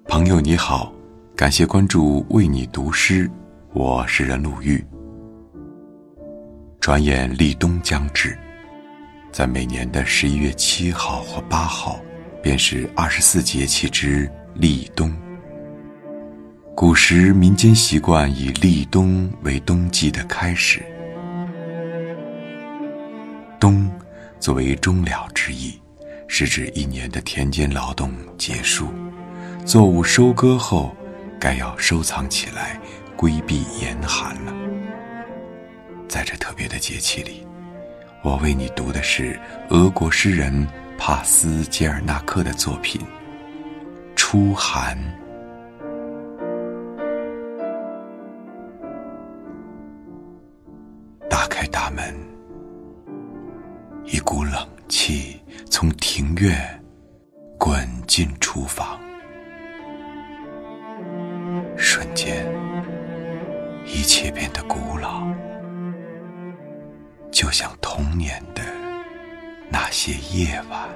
朋友你好，感谢关注为你读诗，我是任陆玉。转眼立冬将至，在每年的11月7号或8号，便是24节气之立冬。古时民间习惯以立冬为冬季的开始。冬作为终了之意，是指一年的田间劳动结束，作物收割后该要收藏起来，规避严寒了。在这特别的节气里，我为你读的是俄国诗人帕斯捷尔纳克的作品《初寒》。打开大门，一股冷气从庭院滚进厨房，瞬间一切变得古老，就像童年的那些夜晚。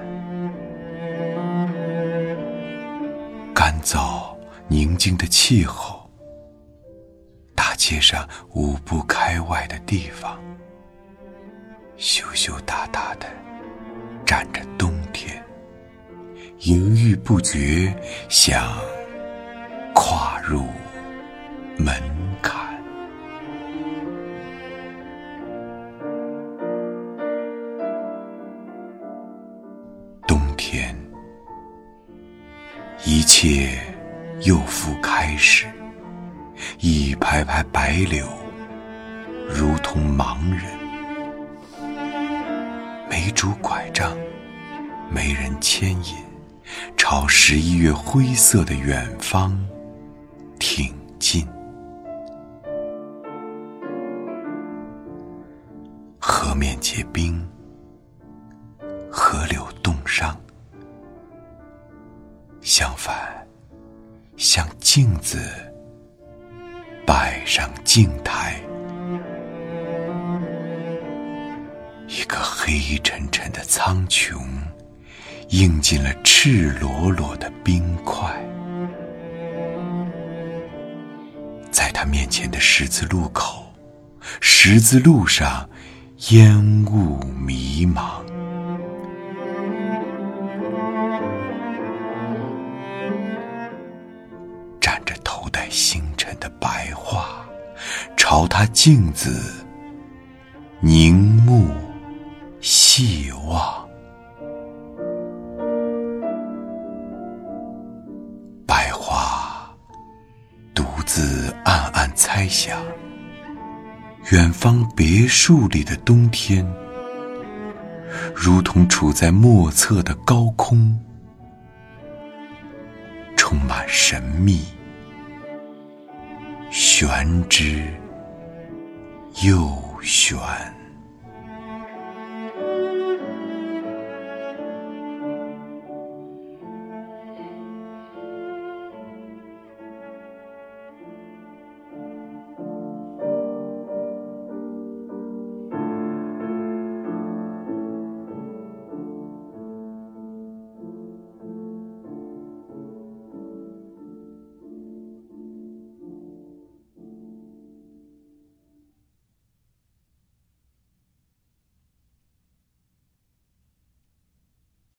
干燥宁静的气候，大街上5步开外的地方，羞羞答答的站着冬天，犹豫不决，想跨入门槛。冬天，一切又复开始，一排排白柳如同盲人，没拄拐杖，没人牵引，朝11月灰色的远方挺进。河面结冰，河流冻伤，相反，像镜子摆上镜台，一个黑沉沉的苍穹映进了赤裸裸的冰块。在他面前的十字路口，十字路上烟雾迷茫，站着头戴星辰的白桦，朝他镜子凝目细望。白桦独自暗暗猜想，远方别墅里的冬天，如同处在莫测的高空，充满神秘，玄之又玄。